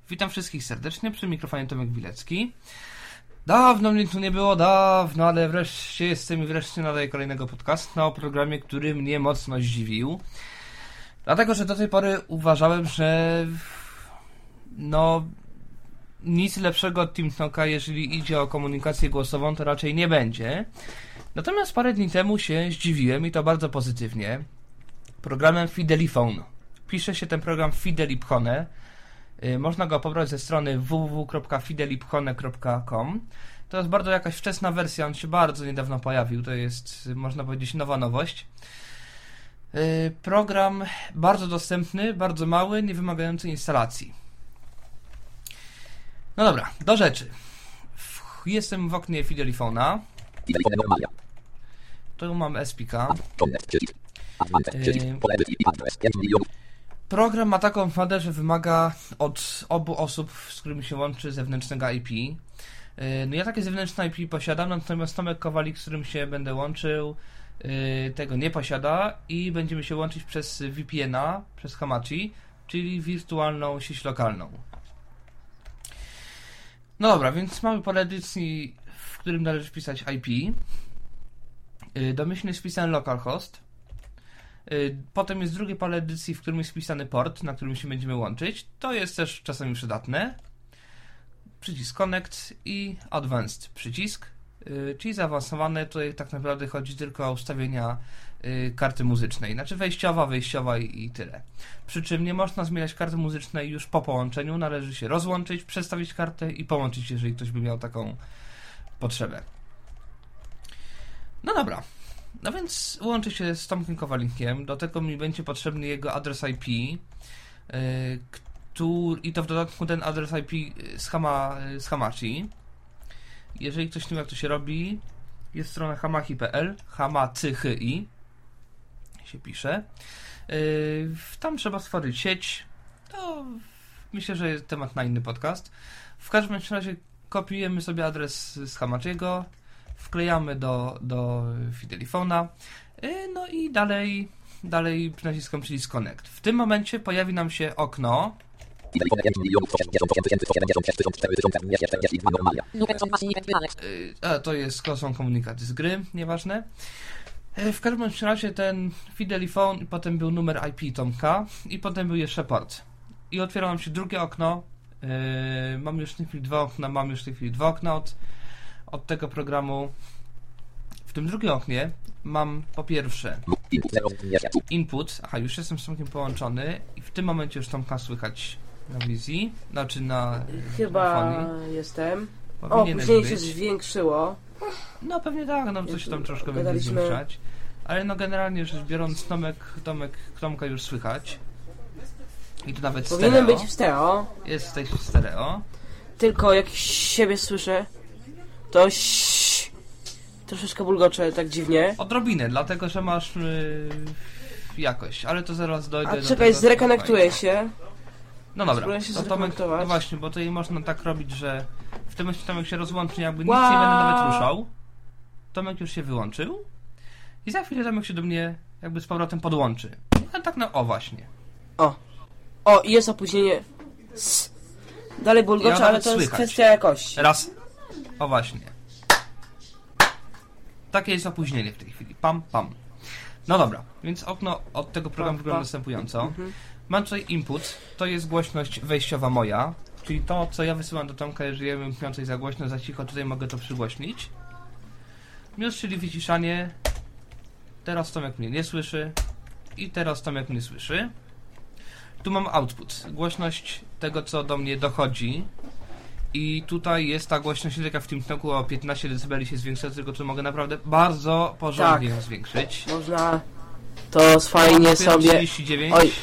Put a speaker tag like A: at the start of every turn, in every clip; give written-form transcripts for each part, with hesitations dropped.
A: Witam wszystkich serdecznie, przy mikrofonie Tomek Wilecki. Dawno mnie tu nie było, dawno, ale wreszcie jestem i wreszcie nadaję kolejnego podcastu o programie, który mnie mocno zdziwił. Dlatego, że do tej pory uważałem, że nic lepszego od TeamTalka, jeżeli idzie o komunikację głosową, to raczej nie będzie. Natomiast parę dni temu się zdziwiłem i to bardzo pozytywnie programem Fidelifone. Pisze się ten program Fidelipchone. Można go pobrać ze strony www.fidelipchone.com. To jest bardzo jakaś wczesna wersja, on się bardzo niedawno pojawił, to jest, można powiedzieć, nowa nowość. Program bardzo dostępny, bardzo mały, nie wymagający instalacji. No dobra, do rzeczy. Jestem w oknie Fidelifona. Tu mam SPK. Program ma taką wadę, że wymaga od obu osób, z którymi się łączy, zewnętrznego IP. No ja takie zewnętrzne IP posiadam, natomiast Tomek Kowalik, z którym się będę łączył, tego nie posiada i będziemy się łączyć przez VPN-a, przez Hamachi, czyli wirtualną sieć lokalną. No dobra, więc mamy pole edycji, w którym należy wpisać IP. Domyślnie jest wpisany localhost. Potem jest drugie pole edycji, w którym jest wpisany port, na którym się będziemy łączyć. To jest też czasami przydatne. Przycisk Connect i Advanced przycisk, czyli zaawansowane. Tutaj tak naprawdę chodzi tylko o ustawienia karty muzycznej. Znaczy wejściowa i tyle. Przy czym nie można zmieniać karty muzycznej już po połączeniu. Należy się rozłączyć, przestawić kartę i połączyć, jeżeli ktoś by miał taką potrzebę. No dobra. No więc łączę się z Tomkiem Kowalikiem. Do tego mi będzie potrzebny jego adres IP. I to w dodatku ten adres IP z Hamachi. Jeżeli ktoś nie wie, jak to się robi, jest strona hamachi.pl, hamachi się pisze. Tam trzeba stworzyć sieć. To myślę, że jest temat na inny podcast. W każdym razie kopiujemy sobie adres z Hamachiego, wklejamy do Fidelifona, no i dalej naciskam przycisk Connect. W tym momencie pojawi nam się okno. To są komunikaty z gry, nieważne. W każdym razie ten Fidelifone i potem był numer IP Tomka i potem był jeszcze port. I otwiera nam się drugie okno. Mam już w tej chwili dwa okna od tego programu. W tym drugim oknie mam po pierwsze input. Już jestem z Tomkiem połączony i w tym momencie już Tomka słychać na wizji, znaczy na
B: chyba
A: telefonii.
B: Jestem.
A: Powinieneś
B: Później
A: być.
B: się zwiększyło.
A: No pewnie tak, coś tam troszkę będzie zwiększać. Ale generalnie rzecz biorąc, Tomka już słychać. I to nawet
B: powinien być w stereo.
A: Jest w tej stereo.
B: Tylko jak siebie słyszę, to troszeczkę bulgocze, tak dziwnie.
A: Odrobinę, dlatego że masz jakość, ale to zaraz dojdę do tego.
B: Czekaj, zrekonektuję się.
A: No dobra, to Tomek, no właśnie, bo tutaj można tak robić, że w tym momencie Tomek się rozłączy, jakby nic nie będę nawet ruszał. Tomek już się wyłączył i za chwilę Tomek się do mnie jakby z powrotem podłączy. No tak, właśnie.
B: O, i jest opóźnienie. Dalej bulgocze, ale to
A: słychać.
B: jest kwestia jakości.
A: Raz. Właśnie. Takie jest opóźnienie w tej chwili. Pam. No dobra, więc okno od tego programu wygląda następująco. Mam tutaj input, to jest głośność wejściowa moja, czyli to, co ja wysyłam do Tomka, jeżeli ja bym miał coś za głośno, za cicho, tutaj mogę to przygłośnić. Minus, czyli wyciszanie. Teraz Tomek mnie nie słyszy i teraz Tomek mnie słyszy. Tu mam output, głośność tego, co do mnie dochodzi. I tutaj jest ta głośność taka w TeamTalku o 15 dB się zwiększa, tylko że mogę naprawdę bardzo porządnie ją zwiększyć.
B: Można to fajnie sobie...
A: 39.
B: Oj.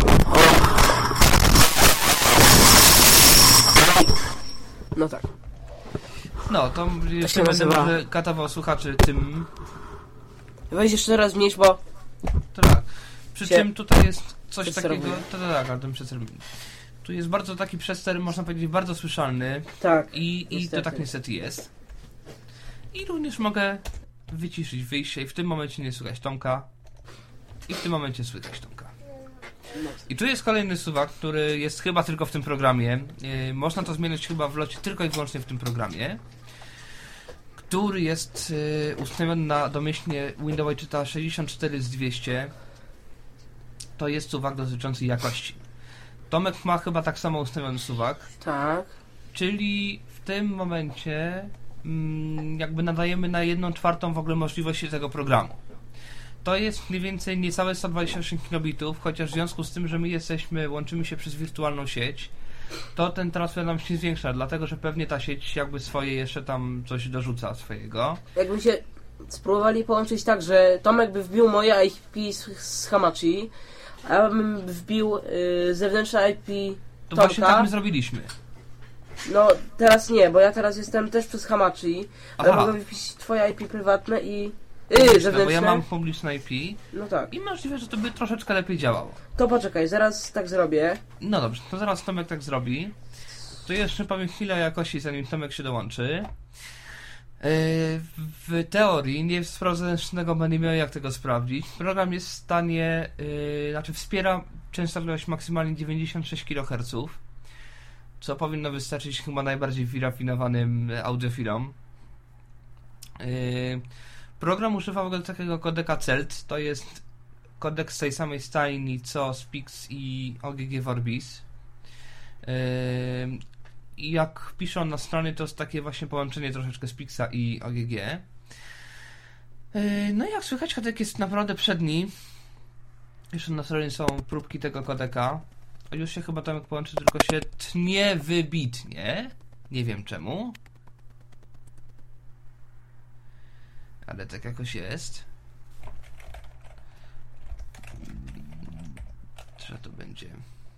B: No tak.
A: No, to jeszcze będę może katował słuchaczy tym...
B: Weź jeszcze raz zmniejsz, bo...
A: To tak. Przy czym tutaj jest coś takiego... Tak, ale ten przester... Tu jest bardzo taki przester, można powiedzieć, bardzo słyszalny.
B: Tak.
A: I to tak niestety jest. I również mogę wyciszyć wyjście i w tym momencie nie słychać Tomka. I w tym momencie słychać Tomka. I tu jest kolejny suwak, który jest chyba tylko w tym programie. Można to zmienić chyba w locie tylko i wyłącznie w tym programie, który jest ustawiony na domyślnie Windows czyta 64 z 200. To jest suwak dotyczący jakości. Tomek ma chyba tak samo ustawiony suwak.
B: Tak.
A: Czyli w tym momencie jakby nadajemy na 1/4 w ogóle możliwości tego programu. To jest mniej więcej niecałe 128 kilobitów, chociaż w związku z tym, że my łączymy się przez wirtualną sieć, to ten transfer nam się zwiększa, dlatego że pewnie ta sieć jakby swoje jeszcze tam coś dorzuca swojego.
B: Jakby się spróbowali połączyć tak, że Tomek by wbił moje IP z Hamachi, a ja bym wbił zewnętrzne IP
A: To
B: Tomka.
A: właśnie tak my zrobiliśmy.
B: No teraz nie, bo ja teraz jestem też przez Hamachi, ale
A: Aha.
B: mogę wbić twoje IP prywatne i
A: Bo
B: zewnętrzne.
A: ja mam publiczne IP
B: No tak.
A: i możliwe, że to by troszeczkę lepiej działało.
B: To poczekaj, zaraz tak zrobię.
A: No dobrze, to zaraz Tomek tak zrobi. To jeszcze powiem chwilę o jakości, zanim Tomek się dołączy. W teorii nie sprawdzonego będę miał jak tego sprawdzić. Program jest w stanie, wspiera częstotliwość maksymalnie 96 kHz, co powinno wystarczyć chyba najbardziej wyrafinowanym audiofilom. Program używa w ogóle takiego kodeka CELT, to jest kodek z tej samej stajni co Spix i OGG Vorbis. I jak piszą na stronie, to jest takie właśnie połączenie troszeczkę Spixa i OGG. No i jak słychać, kodek jest naprawdę przedni. Jeszcze na stronie są próbki tego kodeka. A już się chyba Tomek połączy, tylko się tnie wybitnie. Nie wiem czemu. Ale tak jakoś jest. Trzeba to będzie.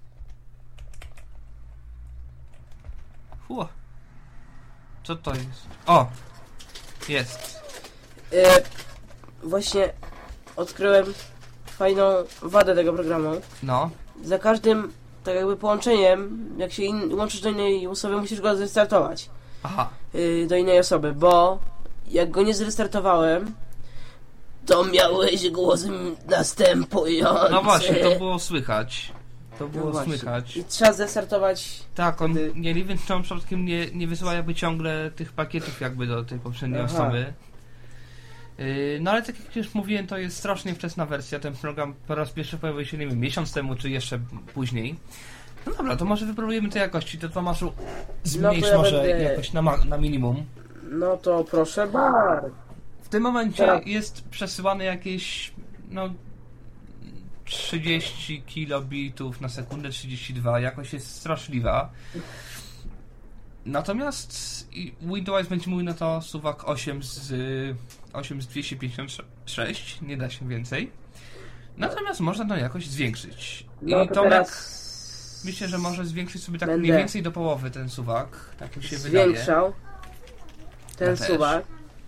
A: Co to jest? O! Jest.
B: Właśnie odkryłem fajną wadę tego programu.
A: No.
B: Za każdym tak jakby połączeniem, jak się łączysz do innej osoby, musisz go zrestartować.
A: Aha.
B: Do innej osoby, bo jak go nie zrestartowałem, to miałeś głos następujący.
A: No właśnie, to było słychać.
B: No
A: słychać.
B: I trzeba zrestartować.
A: Tak, on nie wiem, czy on przypadkiem nie wysyła jakby ciągle tych pakietów jakby do tej poprzedniej osoby. No ale tak jak już mówiłem, to jest strasznie wczesna wersja. Ten program po raz pierwszy pojawił się, nie wiem, miesiąc temu, czy jeszcze później. No dobra, to może wypróbujemy tej jakości. To Tomaszu zmniejsz
B: ja
A: może
B: będę...
A: jakoś na minimum.
B: No to proszę bardzo.
A: W tym momencie
B: Tak.
A: jest przesyłane jakieś 30 kilobitów na sekundę, 32, jakoś jest straszliwa. Natomiast Windows będzie mówił na to suwak 8 z 256, nie da się więcej. Natomiast można to jakoś zwiększyć.
B: No
A: I
B: to
A: Tomek
B: teraz
A: myślę, że może zwiększyć sobie tak
B: będę
A: mniej więcej do połowy ten suwak, tak mi się wydaje.
B: zwiększał ten
A: Ja też.
B: suwak.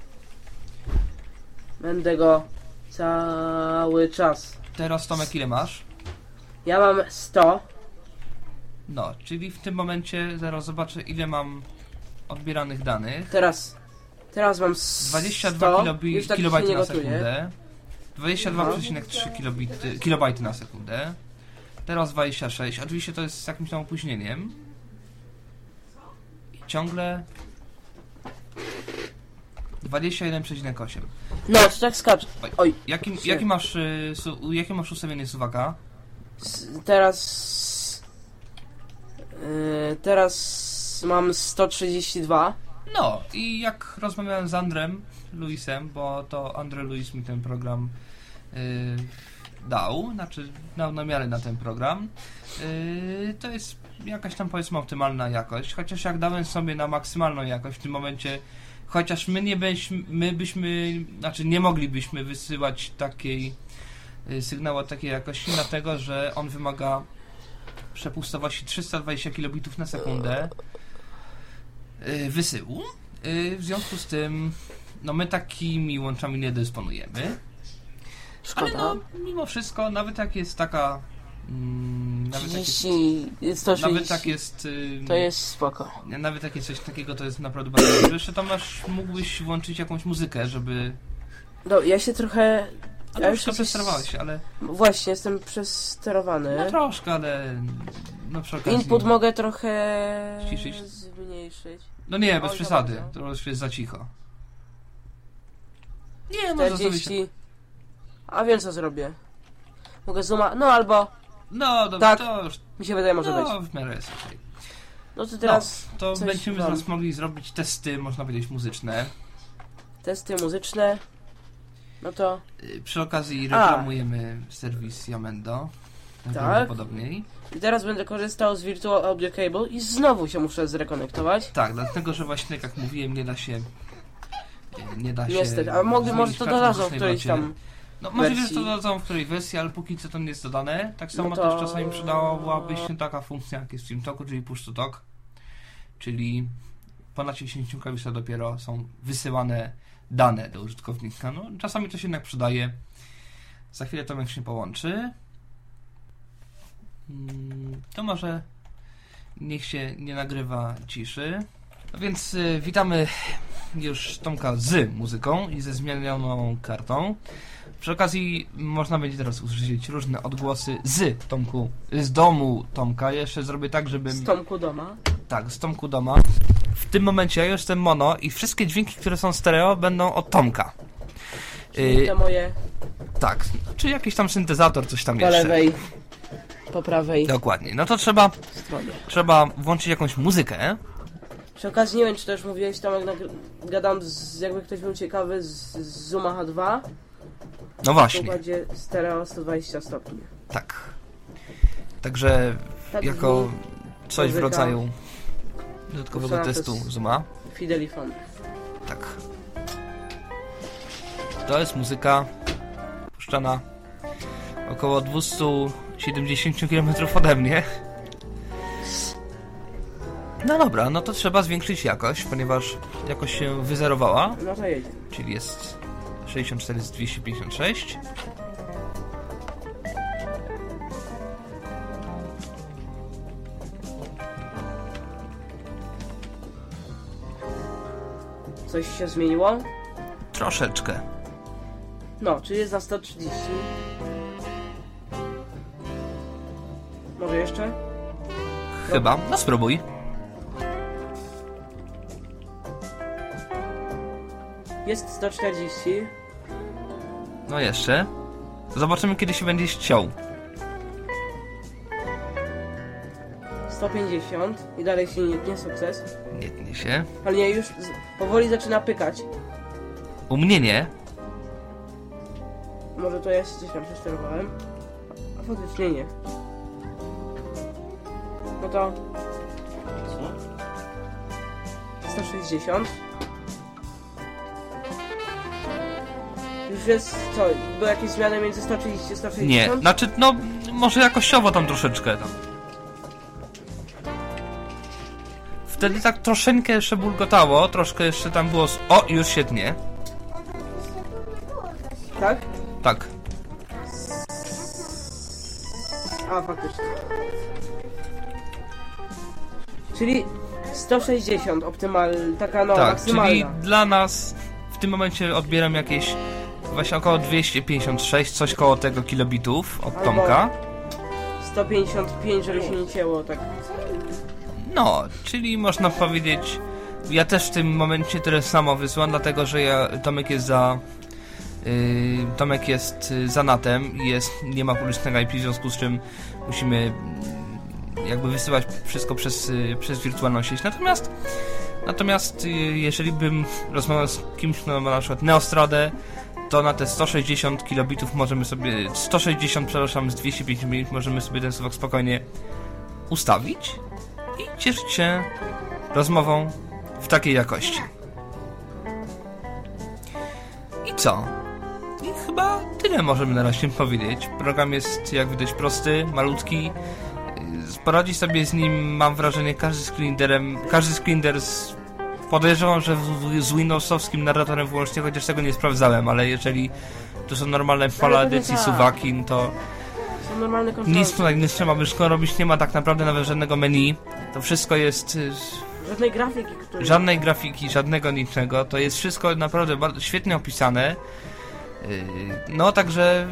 B: Będę go cały czas.
A: Teraz Tomek ile masz?
B: Ja mam 100.
A: No, czyli w tym momencie zaraz zobaczę ile mam odbieranych danych.
B: Teraz mam
A: 22
B: 100. Już tak się
A: kilobajty
B: nie
A: na
B: gotuje.
A: sekundę. 22,3 kilobajty na sekundę. Teraz 26. Oczywiście to jest z jakimś tam opóźnieniem. I ciągle 21,8.
B: No, to tak skacze. Oj.
A: Jakie masz ustawienie suwaka?
B: Teraz mam 132.
A: No i jak rozmawiałem z Andrem Luisem, bo to Andre Luis mi ten program dał namiary na ten program, to jest jakaś tam powiedzmy optymalna jakość, chociaż jak dałem sobie na maksymalną jakość w tym momencie, chociaż nie moglibyśmy wysyłać sygnału o takiej jakości, dlatego że on wymaga przepustowości 320 kilobitów na sekundę wysyłu. W związku z tym my takimi łączami nie dysponujemy.
B: Szkoda.
A: Ale mimo wszystko, nawet jak jest taka...
B: Nawet
A: jak jest...
B: to jest spoko.
A: Nawet jak jest coś takiego, to jest naprawdę bardzo dobrze. Jeszcze Tomasz mógłbyś włączyć jakąś muzykę, żeby...
B: No, ja się trochę
A: A troszkę przesterowałeś, ale...
B: Właśnie, jestem przesterowany.
A: No troszkę, ale... No przy okazji...
B: Input mogę trochę...
A: Ściszyć?
B: Zmniejszyć.
A: No nie, bez
B: Oj,
A: przesady.
B: dobra,
A: To już jest za cicho. Nie, może zrobić...
B: 40. A wiem co zrobię. Mogę zooma... No albo...
A: No, dobra,
B: Tak.
A: to już...
B: Mi się wydaje może być.
A: No, w miarę jest okej.
B: No to teraz...
A: No, to
B: coś
A: będziemy
B: wam.
A: zaraz mogli zrobić testy, można powiedzieć, muzyczne.
B: Testy muzyczne. No to...
A: Przy okazji reklamujemy serwis Yamendo. Najprawdopodobniej.
B: I teraz będę korzystał z Virtual Audio Cable i znowu się muszę zrekonektować.
A: Tak, dlatego, że właśnie jak mówiłem, nie da się...
B: Niestety, a może to dodadzą w którejś tam
A: No możliwe, że
B: wersji.
A: to dodadzą w której wersji, ale póki co to nie jest dodane. Tak samo
B: No to...
A: też czasami przydałaby się taka funkcja jak jest w TeamTalku, czyli push to talk. Czyli po naciśnięciu klawisza dopiero są wysyłane dane do użytkownika. No czasami to się jednak przydaje. Za chwilę Tomek się połączy. To może niech się nie nagrywa ciszy. No więc witamy już Tomka z muzyką i ze zmienioną kartą. Przy okazji można będzie teraz usłyszeć różne odgłosy z domu Tomka. Jeszcze zrobię tak, żebym...
B: Z Tomku doma.
A: Tak, z Tomku doma. W tym momencie ja już jestem mono i wszystkie dźwięki, które są stereo, będą od Tomka.
B: Czyli te moje...
A: Tak, czy jakiś tam syntezator, coś tam
B: Po
A: jeszcze.
B: lewej, po prawej
A: Dokładnie. No to
B: stronie.
A: trzeba włączyć jakąś muzykę.
B: Przy okazji nie wiem, czy też mówiłeś, Tomek, gadam jakby ktoś był ciekawy z Zooma H2.
A: No
B: W
A: właśnie,
B: układzie stereo 120 stopni.
A: tak. Także
B: Tak
A: jako
B: brzmi
A: coś w
B: muzyka
A: rodzaju dodatkowego
B: puszczana
A: testu
B: przez
A: Zooma.
B: Fidelifon.
A: Tak. To jest muzyka puszczana około 270 km ode mnie. No dobra, no to trzeba zwiększyć jakość, ponieważ jakość się wyzerowała,
B: No to jedzie.
A: czyli jest 64 z 256.
B: Coś się zmieniło?
A: Troszeczkę.
B: No, czyli jest na 130. Może jeszcze?
A: Chyba. No spróbuj.
B: Jest 140.
A: No jeszcze. Zobaczymy, kiedy się będziesz chciał.
B: 150 i dalej się nie sukces.
A: Nie tnie się.
B: Ale nie, już powoli zaczyna pykać.
A: U mnie nie.
B: Może to ja się coś tam przesterowałem. A faktycznie nie. No to... 160. Już jest, co, były jakieś zmiany między 130 a 160?
A: Nie. Znaczy, no, może jakościowo tam troszeczkę tam. Wtedy tak troszeczkę jeszcze bulgotało, troszkę jeszcze tam było... O, już się tnie.
B: Tak?
A: Tak.
B: A, faktycznie. Czyli 160 taka no,
A: Tak,
B: maksymalna.
A: czyli dla nas w tym momencie odbieram jakieś właśnie około 256, coś koło tego kilobitów od
B: Albo
A: Tomka.
B: 155, żeby się nie cięło, tak.
A: No, czyli można powiedzieć, ja też w tym momencie tyle samo wysłam, dlatego że Tomek jest za NAT-em i nie ma publicznego IP, w związku z czym musimy jakby wysyłać wszystko przez wirtualną sieć. Natomiast jeżeli bym rozmawiał z kimś, kto ma na przykład Neostradę, to na te 160 kilobitów możemy sobie, 160, przepraszam, z 250 mm możemy sobie ten słowak spokojnie ustawić i cieszyć się rozmową w takiej jakości. I co? I chyba tyle możemy na razie powiedzieć. Program jest, jak widać, prosty, malutki. Poradzi sobie z nim, mam wrażenie, każdy screener podejrzewam, że z Windowsowskim narratorem wyłącznie, chociaż tego nie sprawdzałem, ale jeżeli to są normalne pola edycji, suwaki, no to
B: Są normalne kontrole.
A: nic tutaj nie trzeba myszką robić, nie ma tak naprawdę nawet żadnego menu. To wszystko jest...
B: Żadnej grafiki,
A: Żadnej grafiki, żadnego niczego. To jest wszystko naprawdę bardzo świetnie opisane. No, także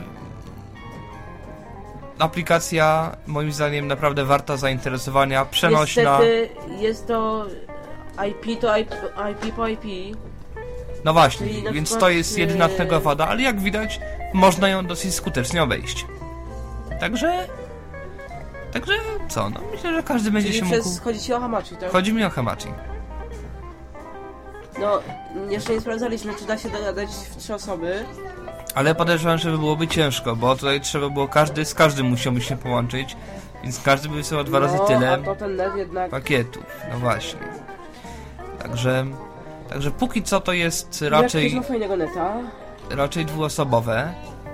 A: aplikacja moim zdaniem naprawdę warta zainteresowania, przenośna.
B: Niestety jest to IP po IP.
A: No właśnie,
B: Czyli na
A: więc
B: przykład,
A: to jest jedyna tego wada, ale jak widać, można ją dosyć skutecznie obejść. Także co, no myślę, że każdy będzie
B: Czyli
A: się mógł...
B: chodzi ci o Hamachi, tak?
A: Chodzi mi o Hamachi.
B: No, jeszcze nie sprawdzaliśmy, czy da się dogadać w 3 osoby.
A: Ale podejrzewam, że byłoby ciężko, bo tutaj trzeba było z każdym musiałby się połączyć, więc każdy by wysyłał 2 razy tyle
B: a to ten net jednak...
A: pakietów. No właśnie. Także póki co to jest
B: Jak
A: raczej...
B: ma fajnego neta.
A: Raczej dwuosobowe.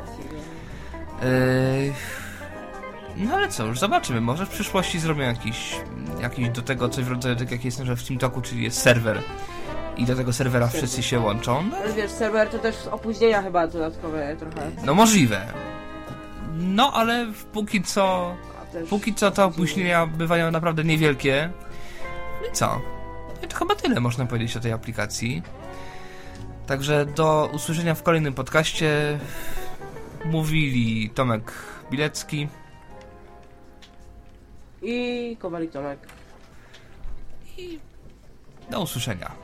A: No ale co, już zobaczymy. Może w przyszłości zrobią jakiś do tego coś w rodzaju tak jak jest w TeamTalku, czyli jest serwer. I do tego serwera wszyscy się łączą. No,
B: Ale wiesz, serwer to też opóźnienia chyba dodatkowe trochę.
A: no możliwe. No ale póki co te opóźnienia bywają naprawdę niewielkie. No i co? No i to chyba tyle można powiedzieć o tej aplikacji. Także do usłyszenia w kolejnym podcaście. Mówili Tomek Bilecki
B: I Kowalik Tomek.
A: i do usłyszenia.